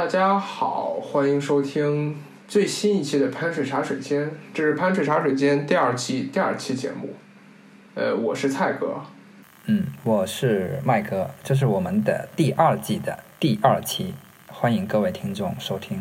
大家好，欢迎收听最新一期的潘水茶水间，这是潘水茶水间第二期节目。我是蔡哥。 我是麦哥，这是我们的第二季的第二期，欢迎各位听众收听。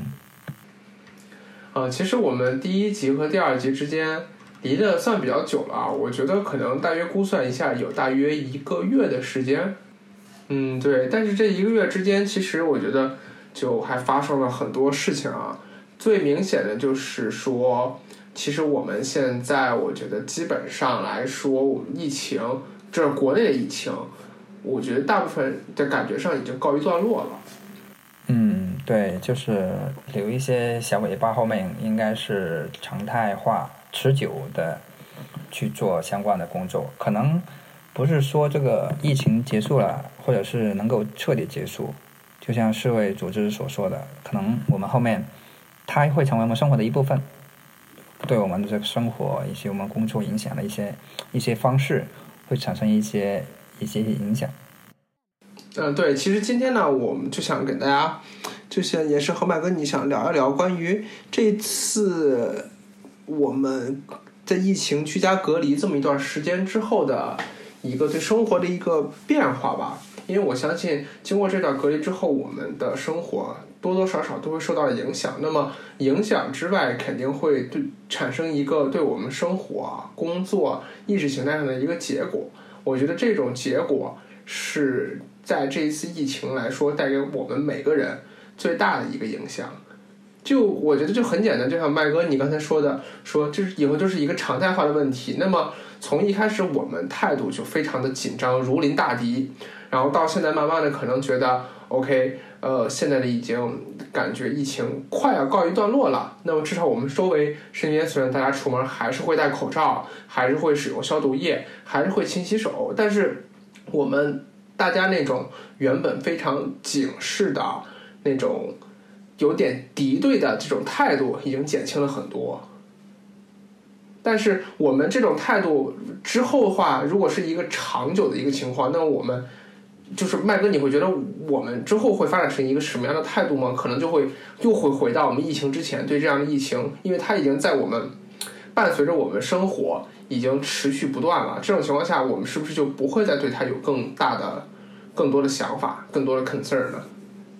其实我们第一集和第二集之间离得算比较久了啊，我觉得可能大约估算一下有大约1个月的时间。对，但是这1个月之间，其实我觉得就还发生了很多事情啊。最明显的就是说，其实我们现在我觉得基本上来说，我们疫情，这是国内的疫情，我觉得大部分的感觉上已经告一段落了。 对，就是留一些小尾巴，后面应该是常态化、持久的去做相关的工作。可能不是说这个疫情结束了，或者是能够彻底结束，就像世卫组织所说的，可能我们后面它会成为我们生活的一部分，对我们的这个生活以及我们工作影响的一些方式会产生一些影响。 对，其实今天呢，我们就想跟大家，就像也是和麦哥你想聊一聊关于这次我们在疫情居家隔离这么一段时间之后的一个对生活的一个变化吧。因为我相信经过这段隔离之后，我们的生活多多少少都会受到影响。那么影响之外，肯定会产生一个对我们生活、工作、意识形态上的一个结果。我觉得这种结果是在这一次疫情来说带给我们每个人最大的一个影响。就我觉得就很简单，就像麦哥你刚才说的，说这以后就是一个常态化的问题。那么从一开始我们态度就非常的紧张，如临大敌，然后到现在慢慢的可能觉得 OK， 现在的已经感觉疫情快要告一段落了。那么至少我们周围身边虽然大家出门还是会戴口罩，还是会使用消毒液，还是会勤洗手，但是我们大家那种原本非常警示的那种有点敌对的这种态度已经减轻了很多。但是我们这种态度之后的话，如果是一个长久的一个情况，那么我们就是麦哥，你会觉得我们之后会发展成一个什么样的态度吗？可能又会回到我们疫情之前对这样的疫情，因为它已经在我们伴随着我们生活已经持续不断了。这种情况下，我们是不是就不会再对它有更多的想法、更多的 concern 呢？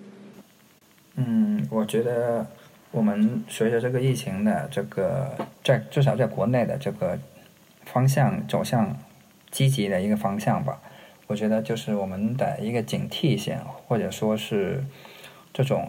我觉得我们随着这个疫情的这个至少在国内的这个方向走向积极的一个方向吧。我觉得就是我们的一个警惕性，或者说是这种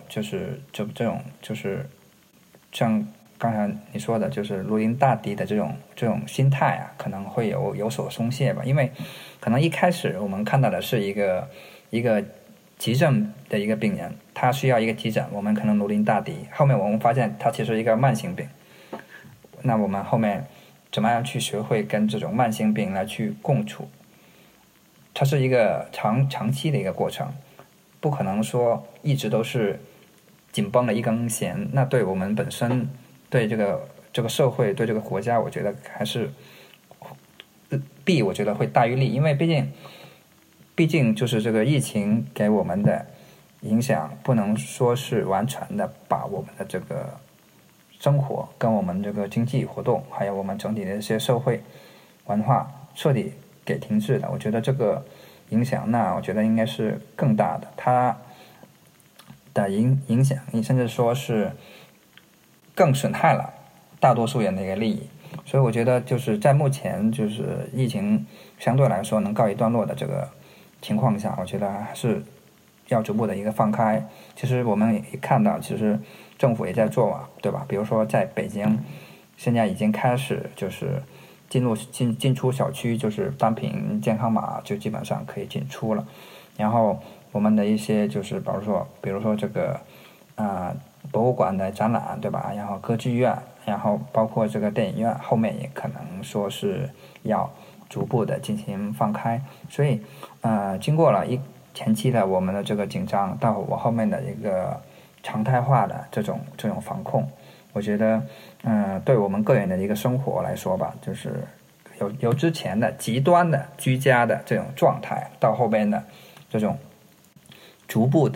像刚才你说的，就是如临大敌的这种心态啊，可能会有所松懈吧。因为可能一开始我们看到的是一个急症的一个病人，他需要一个急诊，我们可能如临大敌。后面我们发现他其实是一个慢性病，那我们后面怎么样去学会跟这种慢性病来去共处？它是一个长期的一个过程，不可能说一直都是紧绷的一根弦。那对我们本身，对这个社会，对这个国家，我觉得还是弊，我觉得会大于利。因为毕竟就是这个疫情给我们的影响，不能说是完全的把我们的这个生活跟我们这个经济活动，还有我们整体的一些社会文化彻底给停滞的。我觉得这个影响，那我觉得应该是更大的，它的影响甚至说是更损害了大多数人的一个利益。所以我觉得就是在目前就是疫情相对来说能告一段落的这个情况下，我觉得还是要逐步的一个放开。其实我们也看到，其实政府也在做嘛，对吧？比如说在北京，现在已经开始就是进出小区，就是单凭健康码就基本上可以进出了。然后我们的一些就是比如说这个博物馆的展览，对吧？然后歌剧院，然后包括这个电影院，后面也可能说是要逐步的进行放开。所以经过了前期的我们的这个紧张，到我后面的一个常态化的这种防控，我觉得对我们个人的一个生活来说吧，就是由之前的极端的居家的这种状态，到后边的这种逐步的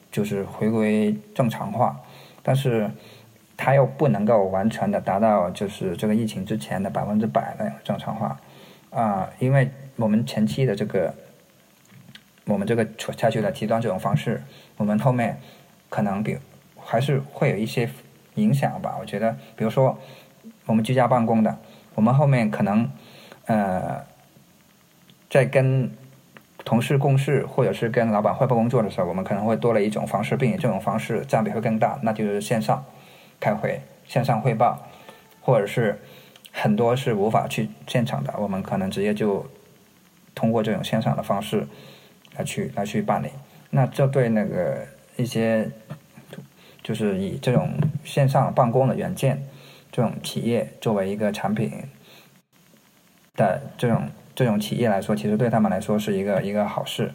就是回归正常化，但是它又不能够完全的达到就是这个疫情之前的100%的正常化因为我们前期的我们这个采取的极端这种方式，我们后面可能还是会有一些影响吧。我觉得比如说我们居家办公的，我们后面可能在跟同事共事或者是跟老板汇报工作的时候，我们可能会多了一种方式，并且这种方式占比会更大，那就是线上开会、线上汇报，或者是很多是无法去现场的，我们可能直接就通过这种线上的方式来去办理。那这对那个一些就是以这种线上办公的软件这种企业作为一个产品的这种企业来说，其实对他们来说是一个好事。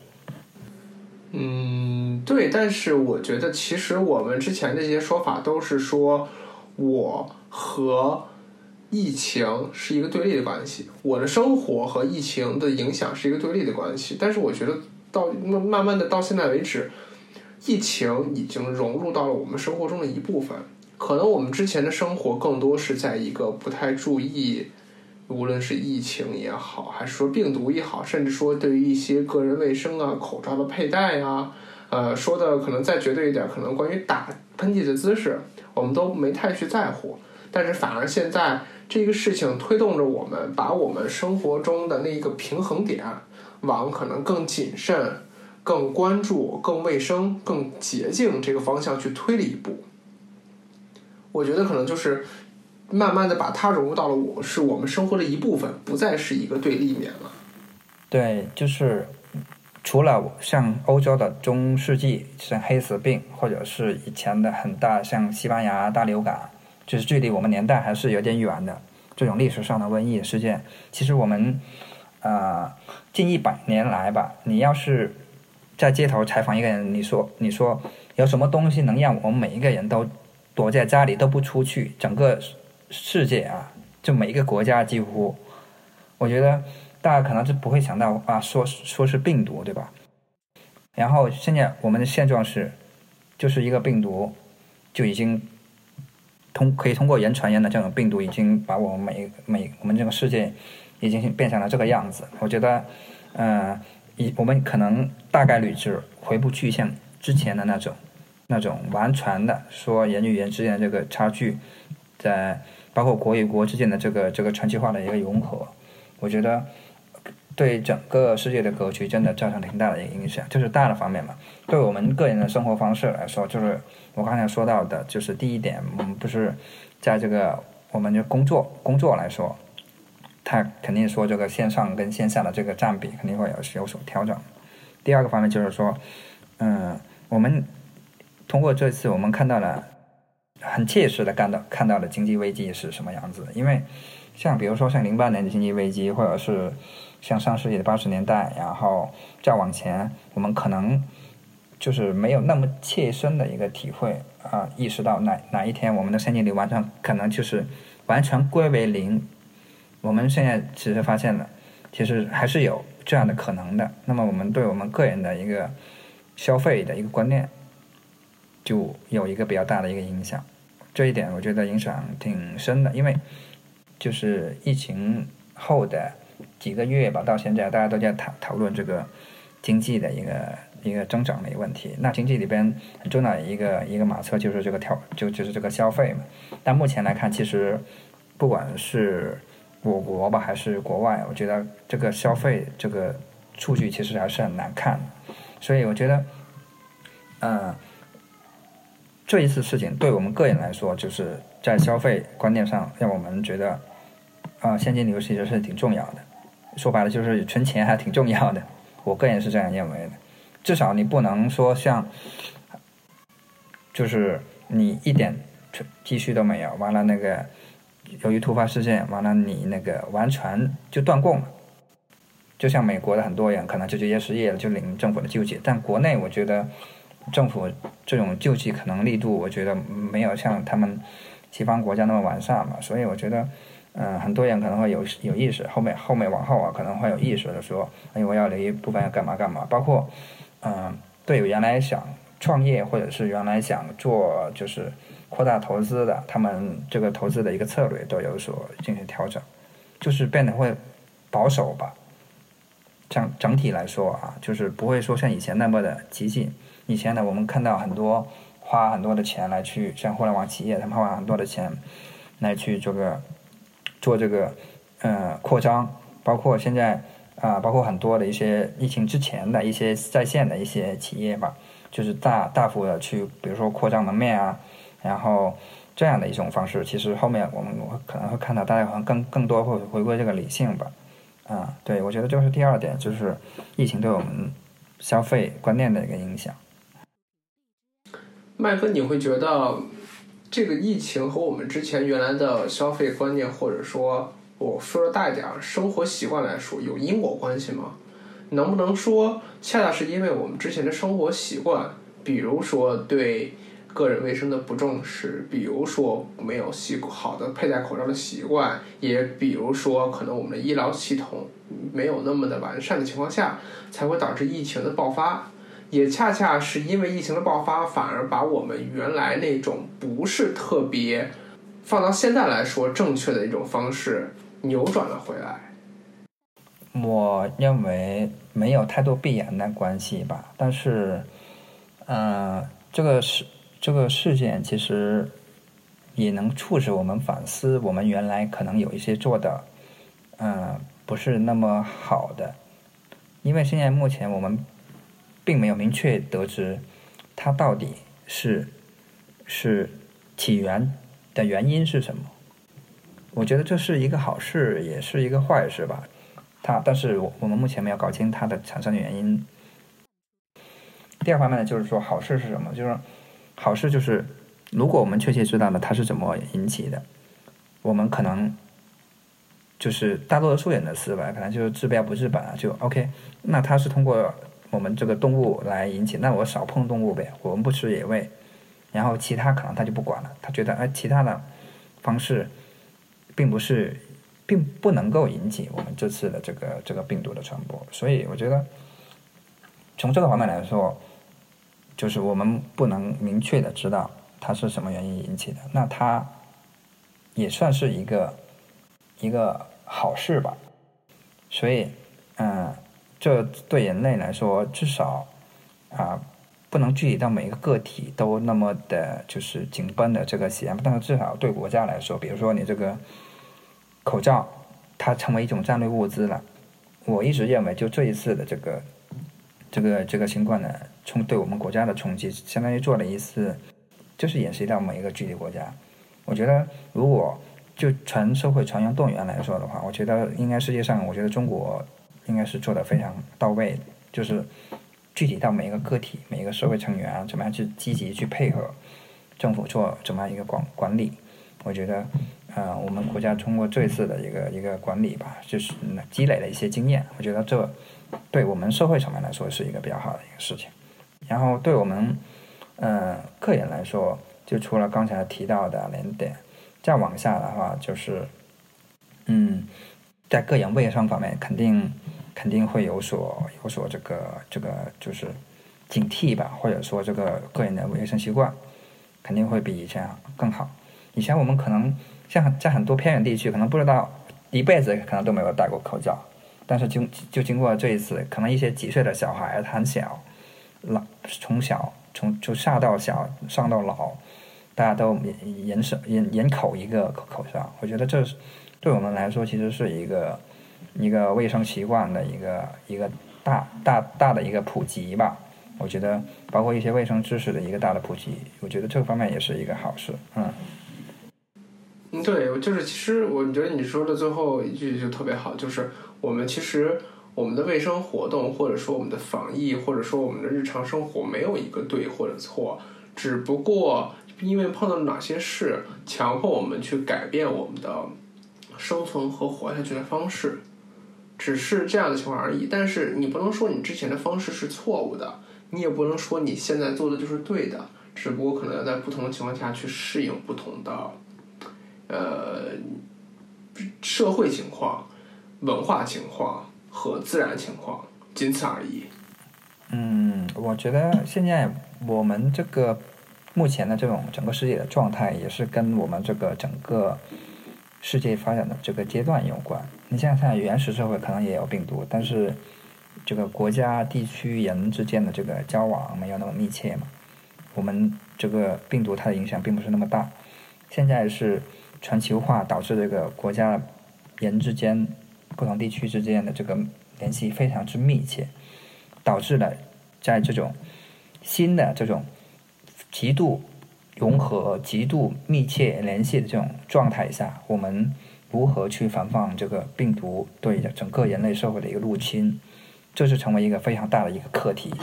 对，但是我觉得其实我们之前这些说法都是说我和疫情是一个对立的关系，我的生活和疫情的影响是一个对立的关系。但是我觉得慢慢的到现在为止，疫情已经融入到了我们生活中的一部分。可能我们之前的生活更多是在一个不太注意，无论是疫情也好，还是说病毒也好，甚至说对于一些个人卫生啊、口罩的佩戴啊，说的可能再绝对一点，可能关于打喷嚏的姿势，我们都没太去在乎。但是反而现在这个事情推动着我们，把我们生活中的那个平衡点往可能更谨慎、更关注、更卫生、更洁净这个方向去推了一步。我觉得可能就是慢慢的把它融入到了我们生活的一部分，不再是一个对立面了。 对，就是除了像欧洲的中世纪像黑死病，或者是以前的很大像西班牙大流感，就是距离我们年代还是有点远的这种历史上的瘟疫事件，其实我们近100年来吧，你要是在街头采访一个人，你说有什么东西能让我们每一个人都躲在家里都不出去，整个世界就每一个国家几乎，我觉得大家可能是不会想到说是病毒，对吧？然后现在我们的现状是，就是一个病毒就已经可以通过人传人的这种病毒，已经把我们我们这个世界已经变成了这个样子。我觉得我们可能大概率是回不去像之前的那种完全的说人与人之间的这个差距，在包括国与国之间的这个全球化的一个融合，我觉得对整个世界的格局真的造成挺大的一个影响，就是大的方面嘛。对我们个人的生活方式来说，就是我刚才说到的，就是第一点，我们不是在这个我们的工作来说，它肯定说这个线上跟线下的这个占比肯定会有所调整。第二个方面就是说，我们通过这次我们看到了很切实的看到了经济危机是什么样子。因为像比如说像08年的经济危机，或者是像上世纪的80年代，然后再往前，我们可能就是没有那么切身的一个体会意识到哪一天我们的现金流完全可能就是完全归为零。我们现在其实发现了，其实还是有这样的可能的。那么我们对我们个人的一个消费的一个观念就有一个比较大的一个影响，这一点我觉得影响挺深的。因为就是疫情后的几个月吧，到现在大家都在讨论这个经济的一个增长的一个问题。那经济里边很重要的一个马车就是就是这个消费嘛。但目前来看，其实不管是我国吧还是国外，我觉得这个消费这个数据其实还是很难看的。所以我觉得这一次事情对我们个人来说，就是在消费观念上让我们觉得现金流其实是挺重要的。说白了就是存钱还挺重要的，我个人是这样认为的。至少你不能说像就是你一点积蓄都没有，完了那个由于突发事件，完了你那个完全就断供了。就像美国的很多人可能就直接失业了，就领政府的救济。但国内我觉得政府这种救济可能力度，我觉得没有像他们西方国家那么完善嘛。所以我觉得很多人可能会有意识，后面往后可能会有意识的说，我要留一部分要干嘛干嘛。包括对有人来想创业或者是原来想做就是扩大投资的，他们这个投资的一个策略都有所进行调整，就是变得会保守吧。整体来说啊，就是不会说像以前那么的激进。以前呢，我们看到花很多的钱来去像互联网企业，他们花很多的钱来去做这个扩张，包括现在包括很多的一些疫情之前的一些在线的一些企业吧，就是大幅的去比如说扩张门面啊，然后这样的一种方式，其实后面我们可能会看到大家好像更多会回归这个理性吧。对，我觉得这是第二点，就是疫情对我们消费观念的一个影响。 麦克，你会觉得这个疫情和我们之前原来的消费观念，或者说我说的大一点，生活习惯来说，有因果关系吗？能不能说恰恰是因为我们之前的生活习惯，比如说对个人卫生的不重视，比如说没有好的佩戴口罩的习惯，也比如说可能我们的医疗系统没有那么的完善的情况下，才会导致疫情的爆发。也恰恰是因为疫情的爆发，反而把我们原来那种不是特别放到现在来说正确的一种方式扭转了回来。 我认为没有太多必然的关系吧，但是这个事件其实也能促使我们反思，我们原来可能有一些做的不是那么好的，因为现在目前我们并没有明确得知它到底是起源的原因是什么。我觉得这是一个好事，也是一个坏事吧。但是我们目前没有搞清它的产生的原因。第二方面呢，就是说好事是什么？就是好事就是如果我们确切知道了它是怎么引起的，我们可能就是大多数人的思维可能就是治标不治本啊，就 OK， 那它是通过我们这个动物来引起，那我少碰动物呗，我们不吃野味，然后其他可能他就不管了，他觉得其他的方式并不能够引起我们这次的这个病毒的传播。所以我觉得从这个方面来说，就是我们不能明确的知道它是什么原因引起的，那它也算是一个好事吧。所以这对人类来说至少不能具体到每一个个体都那么的就是紧绷的这个写，但是至少对国家来说，比如说你这个口罩它成为一种战略物资了，我一直认为就这一次的这个新冠呢对我们国家的冲击，相当于做了一次就是演习到每一个具体国家。我觉得如果就全社会全员动员来说的话，我觉得应该世界上，我觉得中国应该是做得非常到位，就是具体到每一个个体每一个社会成员怎么样去积极去配合政府做怎么样一个管理。我觉得我们国家通过这次的一个管理吧，就是积累了一些经验，我觉得这对我们社会层面来说是一个比较好的一个事情。然后对我们个人来说，就除了刚才提到的2点，再往下的话就是在个人卫生方面肯定会有所这个就是警惕吧，或者说这个个人的卫生习惯肯定会比以前更好。以前我们可能像在很多偏远地区可能不知道，一辈子可能都没有戴过口罩，但是就经过这一次，可能一些几岁的小孩很小，从下到小上到老，大家都人口一个口罩。我觉得这对我们来说其实是一个卫生习惯的一个大的一个普及吧。我觉得包括一些卫生知识的一个大的普及，我觉得这方面也是一个好事。 对，就是其实我觉得你说的最后一句就特别好，就是我们其实我们的卫生活动，或者说我们的防疫，或者说我们的日常生活，没有一个对或者错，只不过因为碰到哪些事，强迫我们去改变我们的生存和活下去的方式，只是这样的情况而已。但是你不能说你之前的方式是错误的，你也不能说你现在做的就是对的，只不过可能要在不同的情况下去适应不同的社会情况、文化情况和自然情况，仅此而已。 我觉得现在我们这个目前的这种整个世界的状态，也是跟我们这个整个世界发展的这个阶段有关。你想想看，原始社会可能也有病毒，但是这个国家、地区、人之间的这个交往没有那么密切嘛。我们这个病毒它的影响并不是那么大。现在是全球化导致这个国家人之间、不同地区之间的这个联系非常之密切，导致了在这种新的这种极度融合、极度密切联系的这种状态下，我们如何去防范这个病毒对整个人类社会的一个入侵，这是成为一个非常大的一个课题。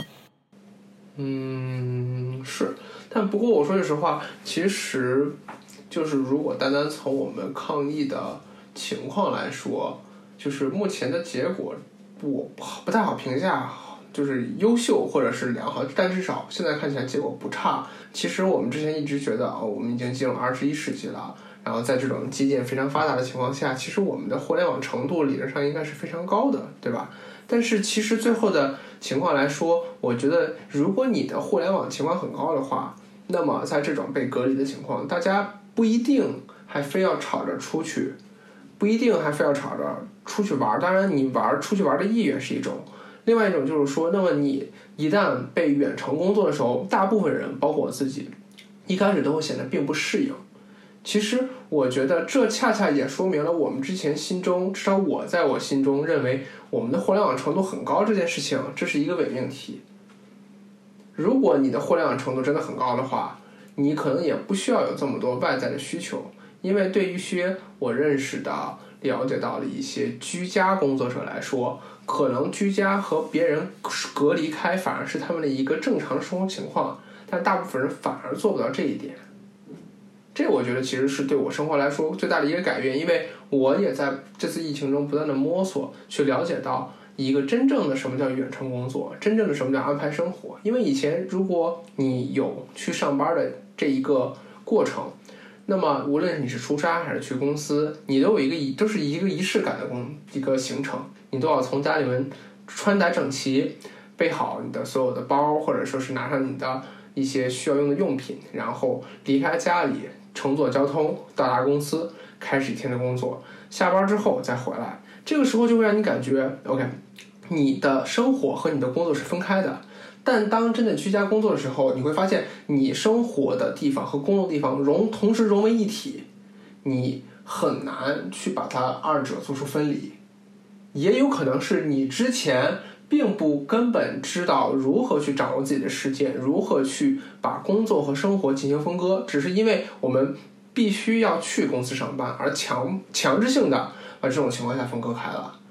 是，但不过我说句实话，其实就是如果单单从我们抗疫的情况来说，就是目前的结果我不太好评价，就是优秀或者是良好，但至少现在看起来结果不差。其实我们之前一直觉得我们已经进入21世纪了，然后在这种基建非常发达的情况下，其实我们的互联网程度理论上应该是非常高的，对吧？但是其实最后的情况来说，我觉得如果你的互联网情况很高的话，那么在这种被隔离的情况，大家不一定还非要吵着出去，不一定还非要吵着出去玩。当然你出去玩的意愿是一种，另外一种就是说，那么你一旦被远程工作的时候，大部分人包括我自己一开始都会显得并不适应。其实我觉得这恰恰也说明了我们之前心中，至少我在我心中认为我们的互联网程度很高这件事情，这是一个伪命题。如果你的互联网程度真的很高的话，你可能也不需要有这么多外在的需求，因为对于一些我认识的、了解到的一些居家工作者来说，可能居家和别人隔离开反而是他们的一个正常的生活情况，但大部分人反而做不到这一点。这我觉得其实是对我生活来说最大的一个改变，因为我也在这次疫情中不断的摸索，去了解到一个真正的什么叫远程工作，真正的什么叫安排生活。因为以前如果你有去上班的这一个过程，那么无论你是出差还是去公司，你都是一个仪式感的一个行程，你都要从家里面穿戴整齐，备好你的所有的包，或者说是拿上你的一些需要用的用品，然后离开家里，乘坐交通到达公司，开始一天的工作，下班之后再回来。这个时候就会让你感觉 OK， 你的生活和你的工作是分开的。但当真的居家工作的时候，你会发现你生活的地方和工作的地方同时融为一体，你很难去把它二者做出分离。也有可能是你之前并不根本知道如何去掌握自己的时间，如何去把工作和生活进行分割，只是因为我们必须要去公司上班，而强制性的把这种情况下分割开了。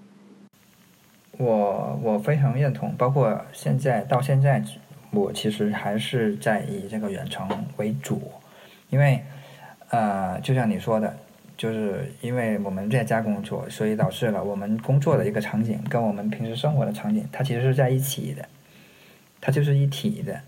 我非常认同，包括到现在，我其实还是在以这个远程为主，因为就像你说的，就是因为我们在家工作，所以导致了我们工作的一个场景跟我们平时生活的场景，它其实是在一起的，它就是一体的。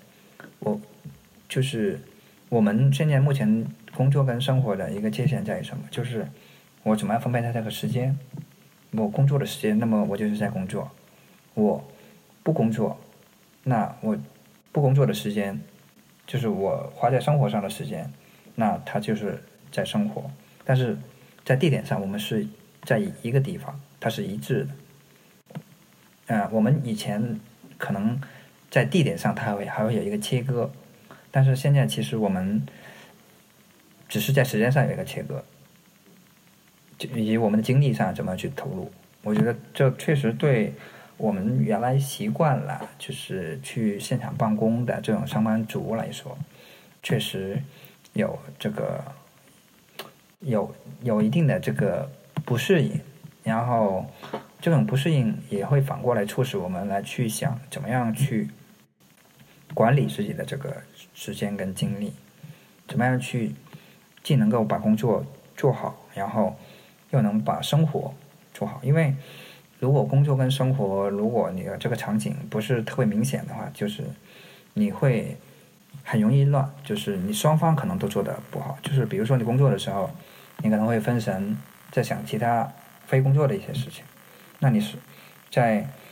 就是我们现在目前工作跟生活的一个界限在于什么？就是我怎么样分配它这个时间。我工作的时间，那么我就是在工作；我不工作，那我不工作的时间，就是我花在生活上的时间，那它就是在生活。但是在地点上，我们是在一个地方，它是一致的。我们以前可能在地点上它还会有一个切割，但是现在其实我们只是在时间上有一个切割。以及我们的精力上怎么去投入，我觉得这确实对我们原来习惯了就是去现场办公的这种上班族来说，确实有这个有一定的这个不适应，然后这种不适应也会反过来促使我们来去想怎么样去管理自己的这个时间跟精力，怎么样去既能够把工作做好，然后又能把生活做好。因为如果工作跟生活，如果你的这个场景不是特别明显的话，就是你会很容易乱，就是你双方可能都做得不好。就是比如说你工作的时候，你可能会分神在想其他非工作的一些事情，那你是在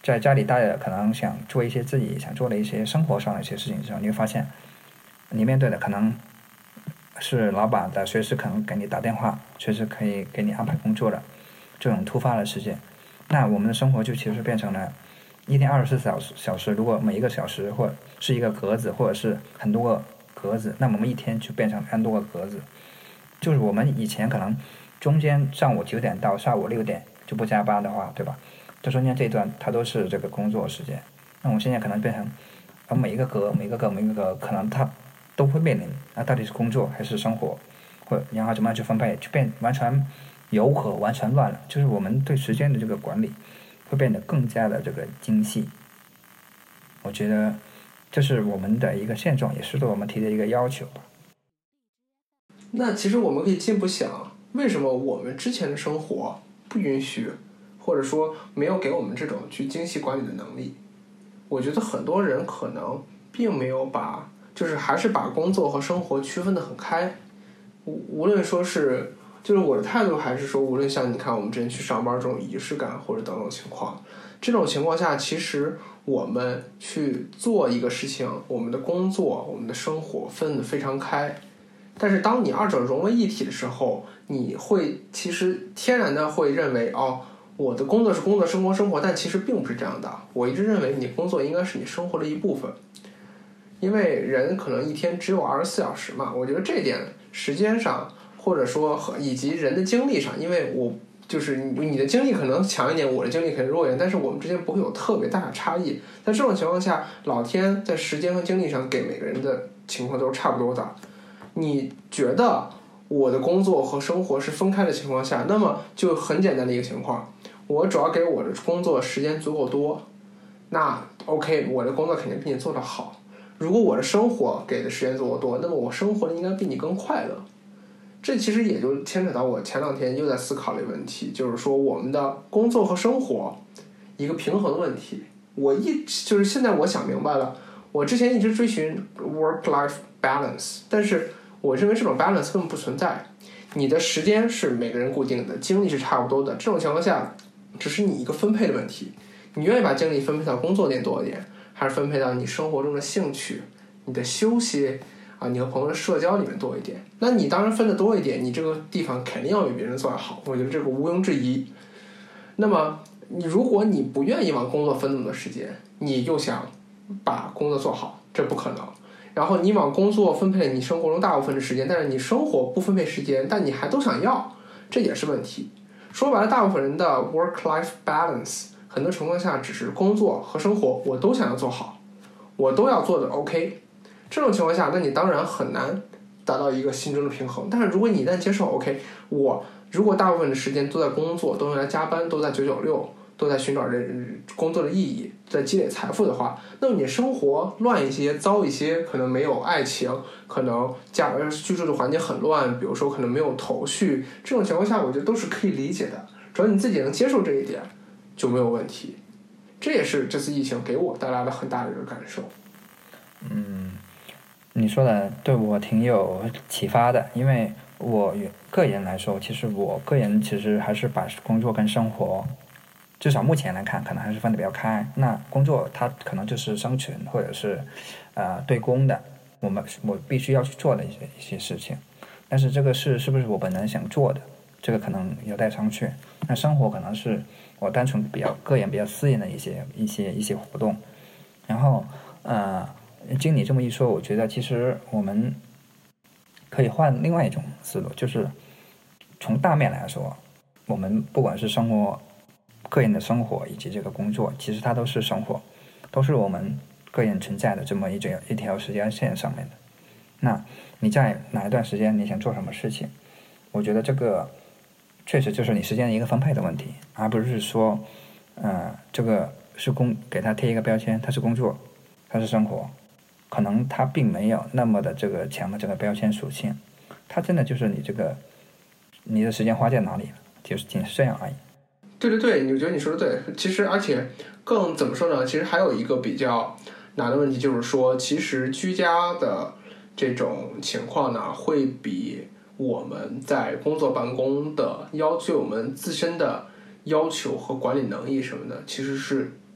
在家里待着，可能想做一些自己想做的一些生活上的一些事情的时候，你会发现，你面对的可能是老板的随时可能给你打电话，随时可以给你安排工作的这种突发的事件。那我们的生活就其实变成了一天24小时，如果每一个小时或是一个格子，或者是很多个格子，那我们一天就变成很多个格子。就是我们以前可能中间上午9点到下午6点就不加班的话，对吧？这中间这一段它都是这个工作时间。那我们现在可能变成每一个格可能它都会面临到底是工作还是生活，然后怎么样去分配，就变完全由和完全乱了。就是我们对时间的这个管理会变得更加的这个精细。我觉得这是我们的一个现状，也是对我们提的一个要求吧。 那其实我们可以进一步想，为什么我们之前的生活不允许，或者说没有给我们这种去精细管理的能力？我觉得很多人可能并没有就是还是把工作和生活区分得很开。无论说是，就是我的态度还是说，无论像你看我们之前去上班这种仪式感或者等等情况，这种情况下，其实我们去做一个事情，我们的工作、我们的生活分得非常开。但是当你二者融为一体的时候，你会其实天然的会认为，我的工作是工作，生活，但其实并不是这样的。我一直认为你工作应该是你生活的一部分，因为人可能一天只有24小时嘛。我觉得这点时间上，或者说以及人的精力上，因为我就是你的精力可能强一点，我的精力可能弱一点，但是我们之间不会有特别大的差异。在这种情况下，老天在时间和精力上给每个人的情况都是差不多的。你觉得我的工作和生活是分开的情况下，那么就很简单的一个情况，我只要给我的工作时间足够多，那 OK， 我的工作肯定比你做得好。如果我的生活给的时间足够多，那么我生活的应该比你更快乐。这其实也就牵扯到我前2天又在思考的一个问题，就是说我们的工作和生活一个平衡的问题。就是现在我想明白了，我之前一直追寻 work-life balance， 但是我认为这种 balance 根本不存在。你的时间是每个人固定的，精力是差不多的，这种情况下只是你一个分配的问题。你愿意把精力分配到工作点多一点，还是分配到你生活中的兴趣、你的休息你和朋友的社交里面多一点？那你当然分得多一点，你这个地方肯定要比别人做得好，我觉得这个毋庸置疑。那么如果你不愿意往工作分那么多时间，你又想把工作做好，这不可能。然后你往工作分配你生活中大部分的时间，但是你生活不分配时间，但你还都想要，这也是问题。说白了，大部分人的 work-life balance 很多情况下只是工作和生活我都想要做好，我都要做的 OK。 这种情况下，那你当然很难达到一个心中的平衡。但是如果你一旦接受 OK， 我如果大部分的时间都在工作，都用来加班，都在996，都在寻找工作的意义，在积累财富的话，那么你生活乱一些、糟一些，可能没有爱情，可能居住的环境很乱，比如说可能没有头绪，这种情况下我觉得都是可以理解的，只要你自己能接受这一点就没有问题。这也是这次疫情给我带来了很大的一个感受。 你说的对我挺有启发的，因为我个人来说，其实我个人其实还是把工作跟生活，至少目前来看，可能还是分得比较开。那工作它可能就是生存或者是对公的，我必须要去做的一些事情。但是这个是不是我本人想做的，这个可能有待商榷。那生活可能是我单纯个人比较私人的一些活动。然后经你这么一说，我觉得其实我们可以换另外一种思路，就是从大面来说，我们不管是个人的生活以及这个工作，其实它都是生活，都是我们个人存在的这么一条时间线上面的。那你在哪一段时间你想做什么事情，我觉得这个确实就是你时间的一个分配的问题，而不是说这个是给它贴一个标签，它是工作，它是生活，可能它并没有那么的这个强的这个标签属性，它真的就是你的时间花在哪里了，就是仅是这样而已。 对对对，我觉得你说的对。其实而且更怎么说呢，其实还有一个比较难的问题，就是说其实居家的这种情况呢，会比我们在工作办公的我们自身的要求和管理能力什么的，其实是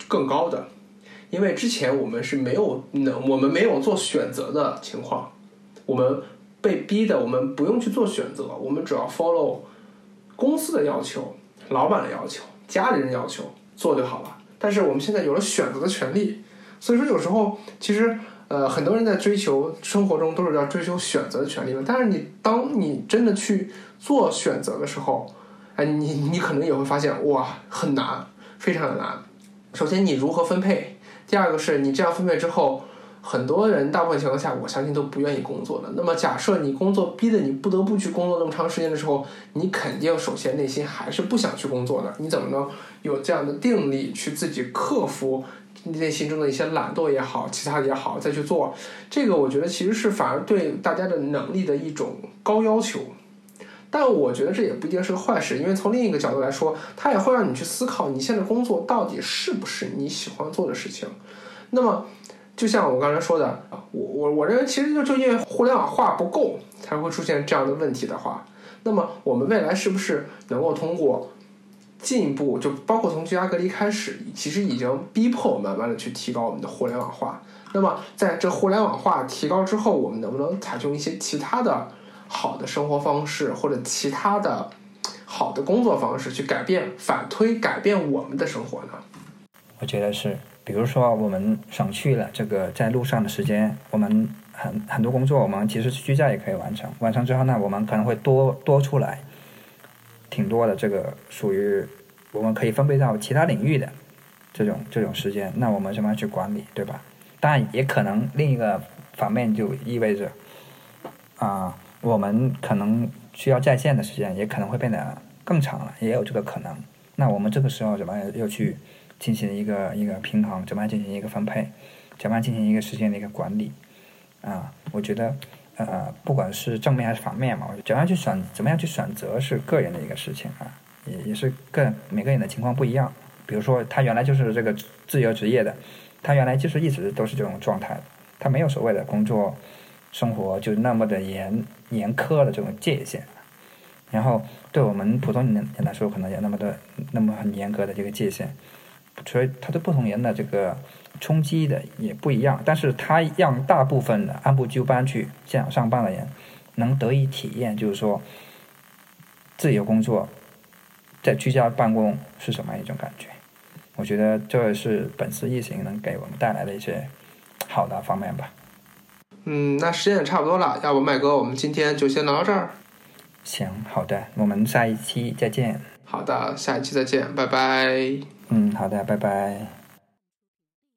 更高的，因为之前我们没有做选择的情况，我们被逼的，我们不用去做选择，我们只要 follow 公司的要求、老板的要求、家里人的要求做就好了。但是我们现在有了选择的权利，所以说有时候其实很多人在追求生活中都是要追求选择的权利嘛。但是当你真的去做选择的时候，你可能也会发现哇，很难，非常的难。首先你如何分配，第二个是你这样分配之后，很多人大部分情况下我相信都不愿意工作的。那么假设你工作逼得你不得不去工作那么长时间的时候，你肯定首先内心还是不想去工作的。你怎么能有这样的定力去自己克服内心中的一些懒惰也好，其他的也好，再去做这个？我觉得其实是反而对大家的能力的一种高要求。但我觉得这也不一定是个坏事，因为从另一个角度来说，它也会让你去思考你现在工作到底是不是你喜欢做的事情。那么就像我刚才说的，我认为其实就因为互联网化不够才会出现这样的问题的话，那么我们未来是不是能够通过进一步，就包括从居家隔离开始，其实已经逼迫我们慢慢的去提高我们的互联网化。那么在这互联网化提高之后，我们能不能采用一些其他的好的生活方式，或者其他的好的工作方式去反推改变我们的生活呢？ 我觉得是，比如说我们省去了这个在路上的时间，我们很多工作我们其实居家也可以完成，完成之后呢，我们可能会多出来挺多的这个属于我们可以分配到其他领域的这种时间，那我们怎么样去管理，对吧？当然也可能另一个方面就意味着我们可能需要在线的时间也可能会变得更长了，也有这个可能。那我们这个时候怎么样又去进行一个平衡，怎么样进行一个分配，怎么样进行一个时间的一个管理我觉得不管是正面还是反面嘛，怎么样去选择是个人的一个事情也是每个人的情况不一样。比如说他原来就是这个自由职业的，他原来就是一直都是这种状态，他没有所谓的工作生活就那么的严苛的这种界限，然后对我们普通人来说可能也那么很严格的这个界限，所以他对不同人的这个冲击的也不一样。但是他让大部分的按部就班去现场上班的人能得以体验，就是说自由工作在居家办公是什么一种感觉。我觉得这是本次疫情能给我们带来的一些好的方面吧。 那时间也差不多了，要不麦哥我们今天就先聊到这儿。 行，好的，我们下一期再见。 好的，下一期再见，拜拜。 好的，拜拜。